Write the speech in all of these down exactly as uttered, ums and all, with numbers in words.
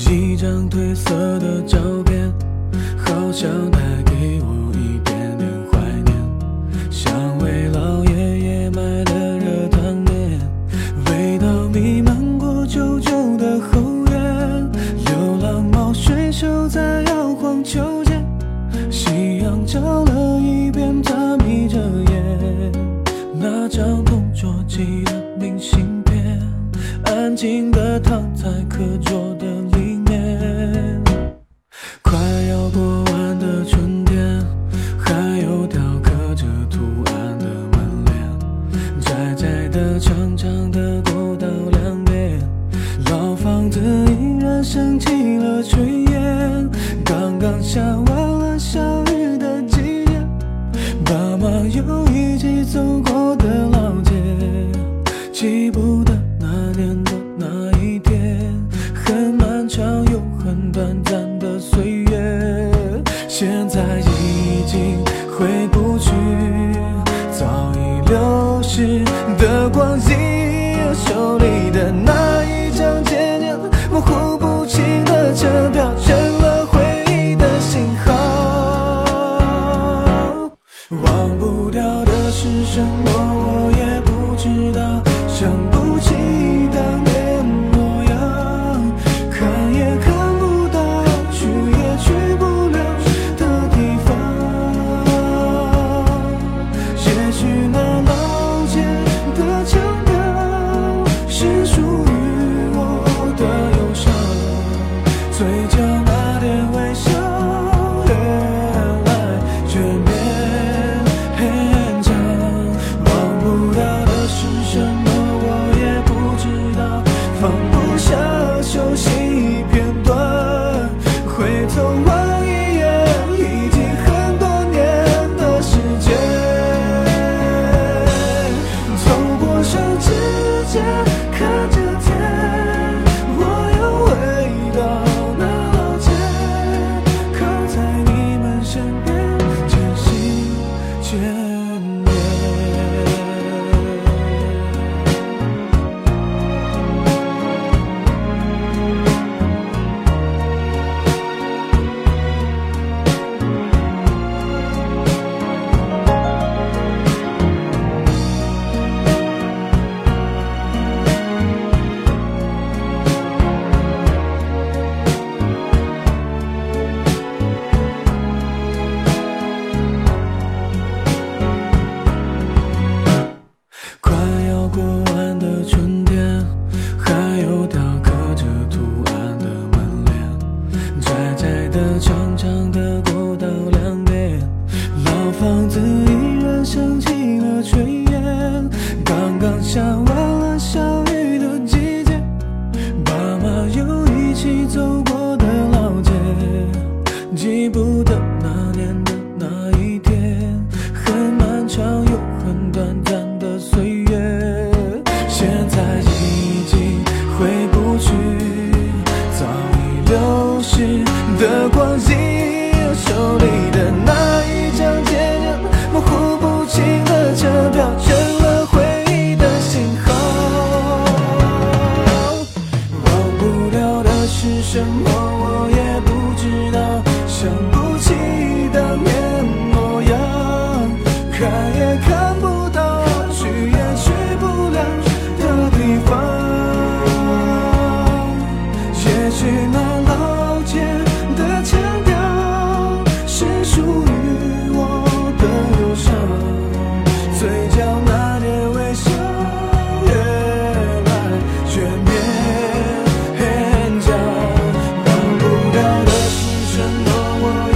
一张褪色的照片，好像带给我一点点怀念，像为老爷爷买的热汤面，味道弥漫过旧旧的后院，流浪猫睡熟在摇晃秋千，夕阳照了一遍，他眯着眼，那张同桌寄的明信片，安静地躺在课桌的里面。快要过完的春天，还有雕刻着图案的门帘，窄窄的长长的过道两边，老房子依然升起了炊烟，刚刚下完了小雨的季节，爸妈又一起走过的老街，记不得那年的那一天，很漫长又很短暂的岁月，现在已经回不去早已流逝的光阴，手里的那一张渐渐模糊不清的车票，成了回忆的信号。忘不掉的是什么我也不知道，想不起当年模样，看也看不到，去也去不了的地方。也许那老街的腔调是属于我的忧伤，嘴角那点微笑越来越绵很长。忘不掉的是什么我也不知道，放不下熟悉片段，回头望一眼已经很多年的时间，透过手指甲看着天，我又回到那老街，靠在你们身边，渐行渐远。快要过完的春天，还有雕刻着图案的门帘，窄窄的长长的过道两边，老房子依然升起了炊烟，刚刚下完了小雨的季节，爸妈又一起走过的老街，记不得那年的那一天，很漫长又很短暂的岁月，现在已经回不去早已流逝的光阴，手里的那一张渐渐模糊不清的车票，成了回忆的信号。忘不掉的是什么我也不知道，想不起当年模样，看也看不到，去也去不了的地方。也许那老街的腔调是属于我的忧伤，嘴角那点微笑越来越绵很长。忘不掉的是什么我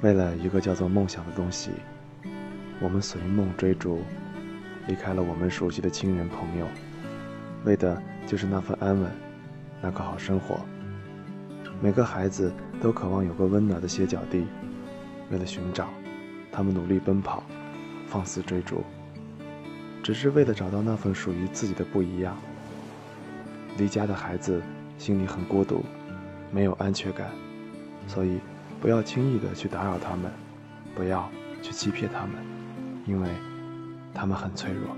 为了一个叫做梦想的东西，我们随梦追逐，离开了我们熟悉的亲人朋友，为的就是那份安稳，那个好生活。每个孩子都渴望有个温暖的歇脚地，为了寻找，他们努力奔跑，放肆追逐，只是为了找到那份属于自己的不一样。离家的孩子心里很孤独，没有安全感，所以不要轻易的去打扰他们，不要去欺骗他们，因为他们很脆弱。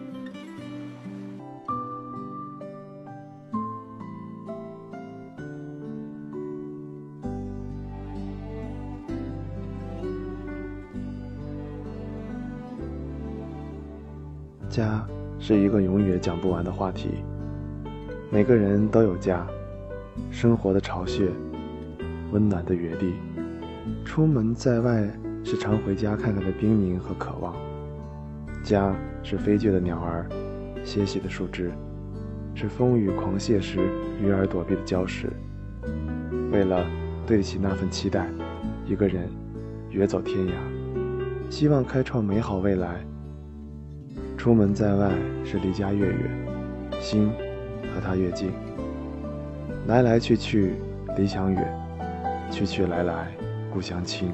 家是一个永远讲不完的话题，每个人都有家，生活的巢穴，温暖的园地。出门在外是常回家看看的叮咛和渴望，家是飞倦的鸟儿歇息的树枝，是风雨狂泻时鱼儿躲避的礁石。为了对得起那份期待，一个人远走天涯，希望开创美好未来。出门在外是离家越远，心和他越近。来来去去离乡远，去去来来故乡亲。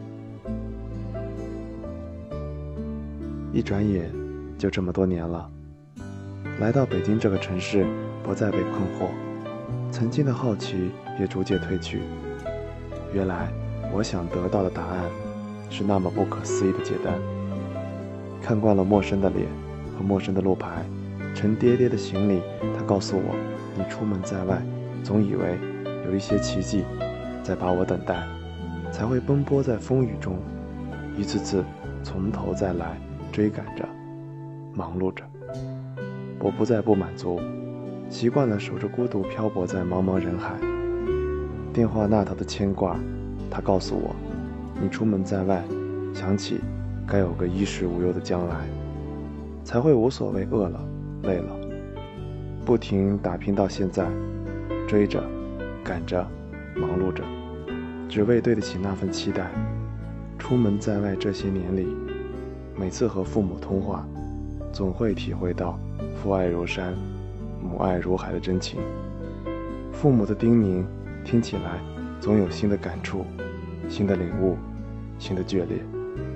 一转眼就这么多年了，来到北京这个城市，不再被困惑，曾经的好奇也逐渐褪去。原来我想得到的答案是那么不可思议的简单。看惯了陌生的脸和陌生的路牌，沉甸甸的行李，他告诉我，你出门在外，总以为有一些奇迹在把我等待，才会奔波在风雨中，一次次从头再来，追赶着，忙碌着。我不再不满足，习惯了守着孤独漂泊在茫茫人海。电话那头的牵挂，他告诉我，你出门在外，想起该有个衣食无忧的将来，才会无所谓饿了累了，不停打拼到现在，追着赶着忙碌着，只为对得起那份期待。出门在外这些年里，每次和父母通话，总会体会到父爱如山母爱如海的真情。父母的叮咛听起来总有新的感触，新的领悟，新的决裂。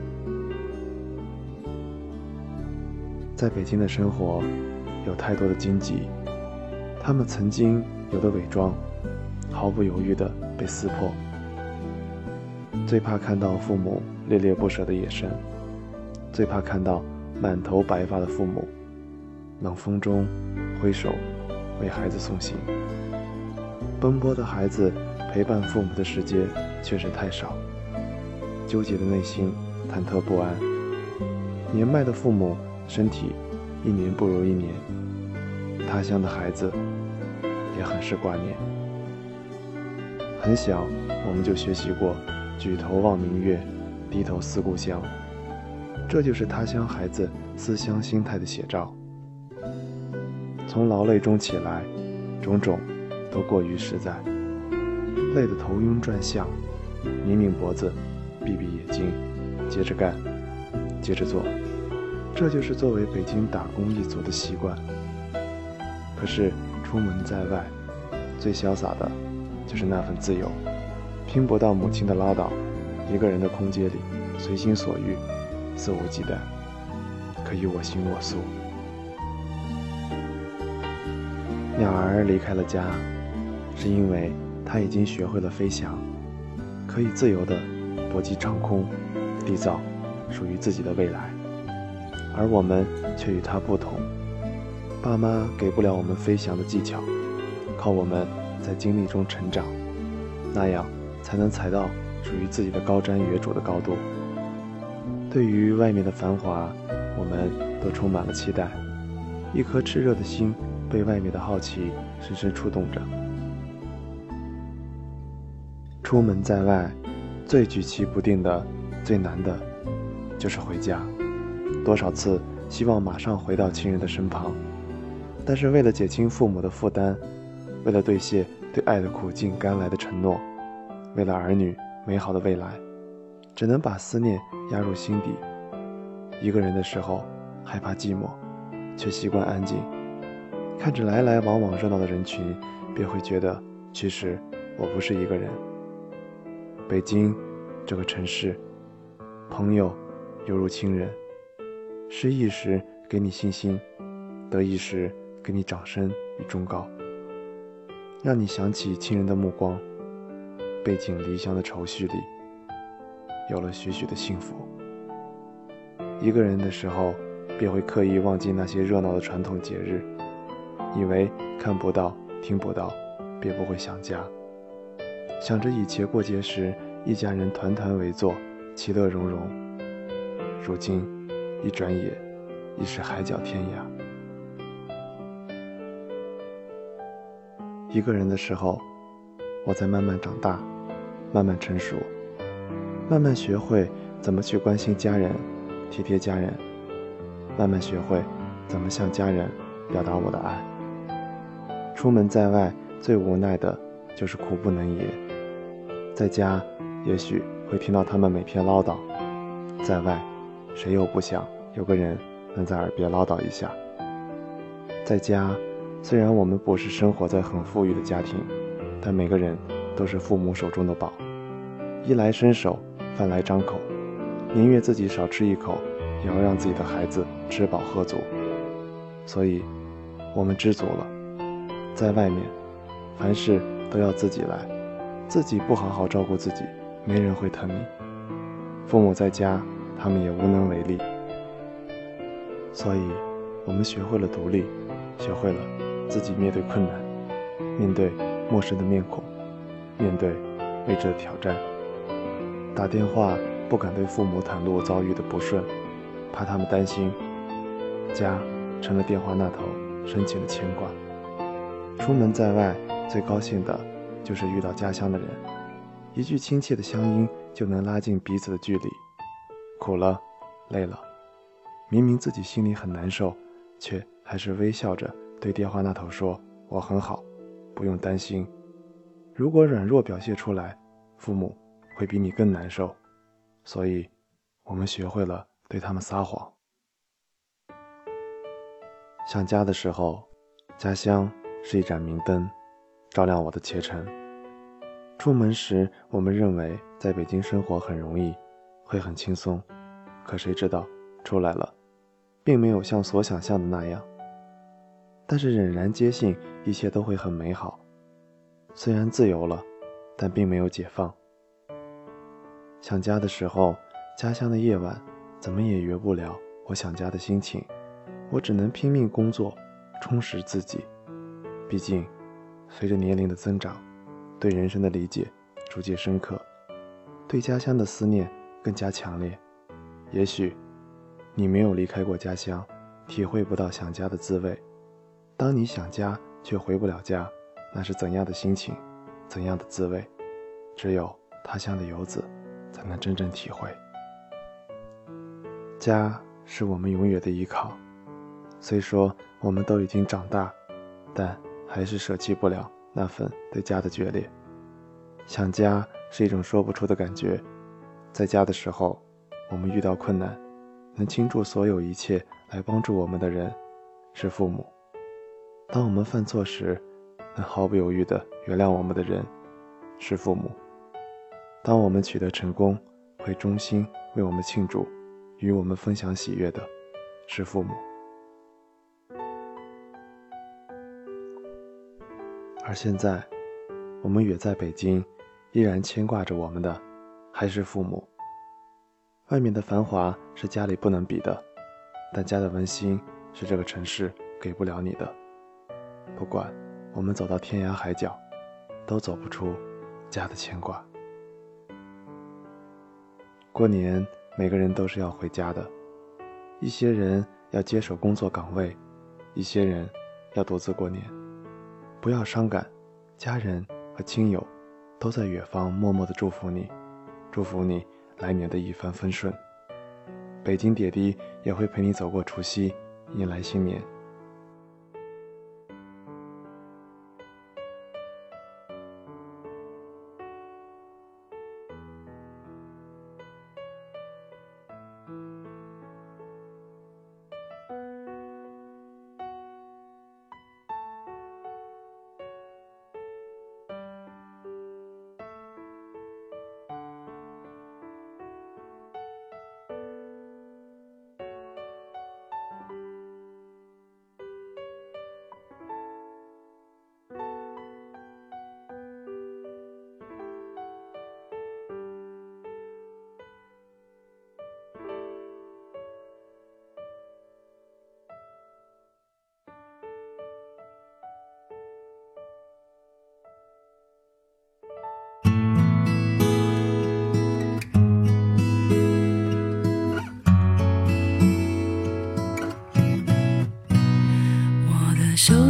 在北京的生活有太多的荆棘，他们曾经有的伪装，毫不犹豫地被撕破。最怕看到父母恋恋不舍的眼神，最怕看到满头白发的父母冷风中挥手为孩子送行。奔波的孩子陪伴父母的时间确实太少，纠结的内心忐忑不安。年迈的父母身体一年不如一年，他乡的孩子也很是挂念。很小我们就学习过举头望明月，低头思故乡，这就是他乡孩子思乡心态的写照。从劳累中起来，种种都过于实在，累得头晕转向，拧拧脖子，闭闭眼睛，接着干，接着做，这就是作为北京打工一族的习惯。可是出门在外，最潇洒的就是那份自由，拼不到母亲的唠叨，一个人的空间里随心所欲，肆无忌惮，可以我行我素。鸟儿离开了家，是因为它已经学会了飞翔，可以自由地搏击长空，缔造属于自己的未来。而我们却与它不同，爸妈给不了我们飞翔的技巧，靠我们在经历中成长，那样才能踩到属于自己的高瞻远瞩的高度。对于外面的繁华，我们都充满了期待，一颗炽热的心被外面的好奇深深触动着。出门在外，最举棋不定的、最难的，就是回家。多少次希望马上回到亲人的身旁，但是为了减轻父母的负担，为了兑现对爱的苦尽甘来的承诺，为了儿女美好的未来， 只能把思念压入心底。一个人的时候害怕寂寞，却习惯安静，看着来来往往热闹的人群，便会觉得其实我不是一个人。北京这个城市，朋友犹如亲人，失意时给你信心，得意时给你掌声与忠告，让你想起亲人的目光，背井离乡的愁绪里有了许许的幸福。一个人的时候便会刻意忘记那些热闹的传统节日，以为看不到听不到便不会想家，想着以前过节时一家人团团围坐，其乐融融，如今一转眼已是海角天涯。一个人的时候，我在慢慢长大，慢慢成熟，慢慢学会怎么去关心家人，体贴家人，慢慢学会怎么向家人表达我的爱。出门在外，最无奈的就是苦不能言。在家也许会听到他们每天唠叨，在外谁又不想有个人能在耳边唠叨一下。在家，虽然我们不是生活在很富裕的家庭，但每个人都是父母手中的宝，衣来伸手，饭来张口，宁愿自己少吃一口，也要让自己的孩子吃饱喝足。所以我们知足了。在外面凡事都要自己来，自己不好好照顾自己，没人会疼你。父母在家，他们也无能为力。所以我们学会了独立，学会了自己面对困难，面对陌生的面孔，面对未知的挑战。打电话不敢对父母袒露遭遇的不顺，怕他们担心，家成了电话那头深情的牵挂。出门在外，最高兴的就是遇到家乡的人，一句亲切的乡音就能拉近彼此的距离。苦了，累了，明明自己心里很难受，却还是微笑着对电话那头说：“我很好，不用担心。”如果软弱表现出来，父母会比你更难受。所以，我们学会了对他们撒谎。想家的时候，家乡是一盏明灯，照亮我的前程。出门时，我们认为在北京生活很容易，会很轻松，可谁知道出来了，并没有像所想象的那样。但是仍然坚信一切都会很美好。虽然自由了，但并没有解放。想家的时候，家乡的夜晚怎么也约不了我想家的心情，我只能拼命工作，充实自己。毕竟随着年龄的增长，对人生的理解逐渐深刻，对家乡的思念更加强烈。也许你没有离开过家乡，体会不到想家的滋味。当你想家却回不了家，那是怎样的心情，怎样的滋味，只有他乡的游子才能真正体会。家是我们永远的依靠，虽说我们都已经长大，但还是舍弃不了那份对家的决裂。想家是一种说不出的感觉，在家的时候，我们遇到困难，能倾注所有一切来帮助我们的人是父母。当我们犯错时，能毫不犹豫地原谅我们的人是父母。当我们取得成功，会衷心为我们庆祝，与我们分享喜悦的是父母。而现在，我们远在北京，依然牵挂着我们的还是父母。外面的繁华是家里不能比的，但家的温馨是这个城市给不了你的。不管我们走到天涯海角，都走不出家的牵挂。过年每个人都是要回家的，一些人要接手工作岗位，一些人要独自过年。不要伤感，家人和亲友都在远方默默地祝福你，祝福你来年的一帆风顺。北京点滴也会陪你走过除夕，迎来新年。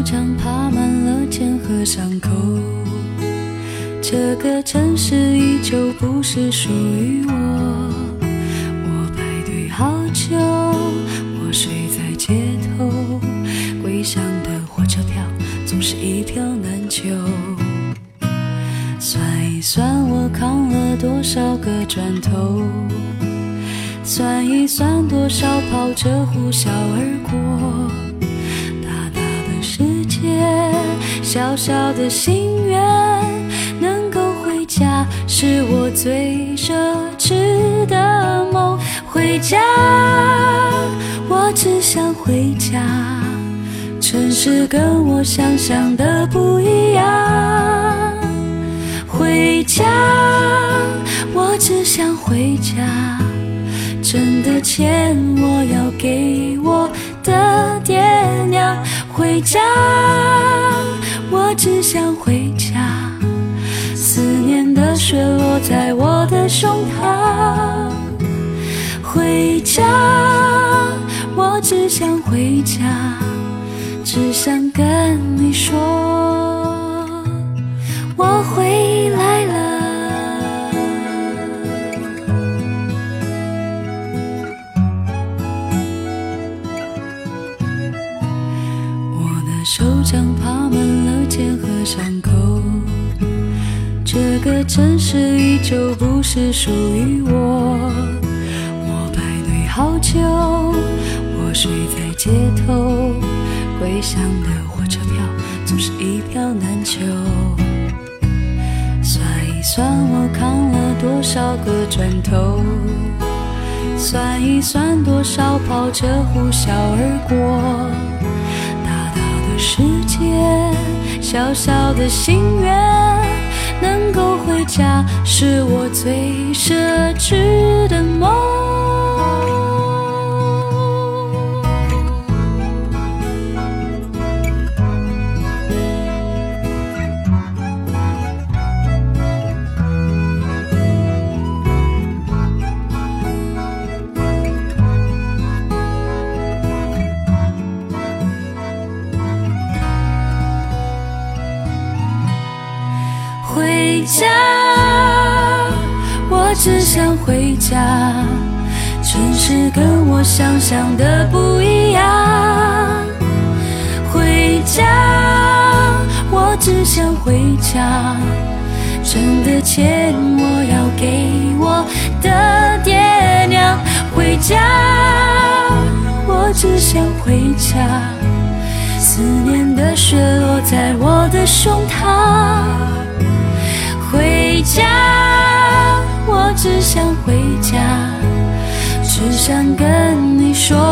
掌爬满了茧和伤口，这个城市依旧不是属于我。我排队好久，我睡在街头，归乡的火车票总是一票难求。算一算我扛了多少个砖头，算一算多少跑车呼啸而过。大大的世界，小小的心愿，能够回家是我最奢侈的梦。回家，我只想回家，城市跟我想象的不一样。回家，我只想回家，挣的钱我要给我的爹娘。回家，我只想回家，思念的雪落在我的胸膛。回家，我只想回家，只想跟你说我回来了。我的手掌爬满了茧和伤口，这个城市依旧不是属于我。我排队好久，我睡在街头，归乡的火车票总是一票难求。算一算我扛了多少个砖头，算一算多少跑车呼啸而过。大大的世界，小小的心愿，能够回家是我最奢侈的梦。回家，我只想回家，城市跟我想象的不一样。回家，我只想回家，挣的钱我要给我的爹娘。回家，我只想回家，思念的雪落在我的胸膛。回家，我只想回家，只想跟你说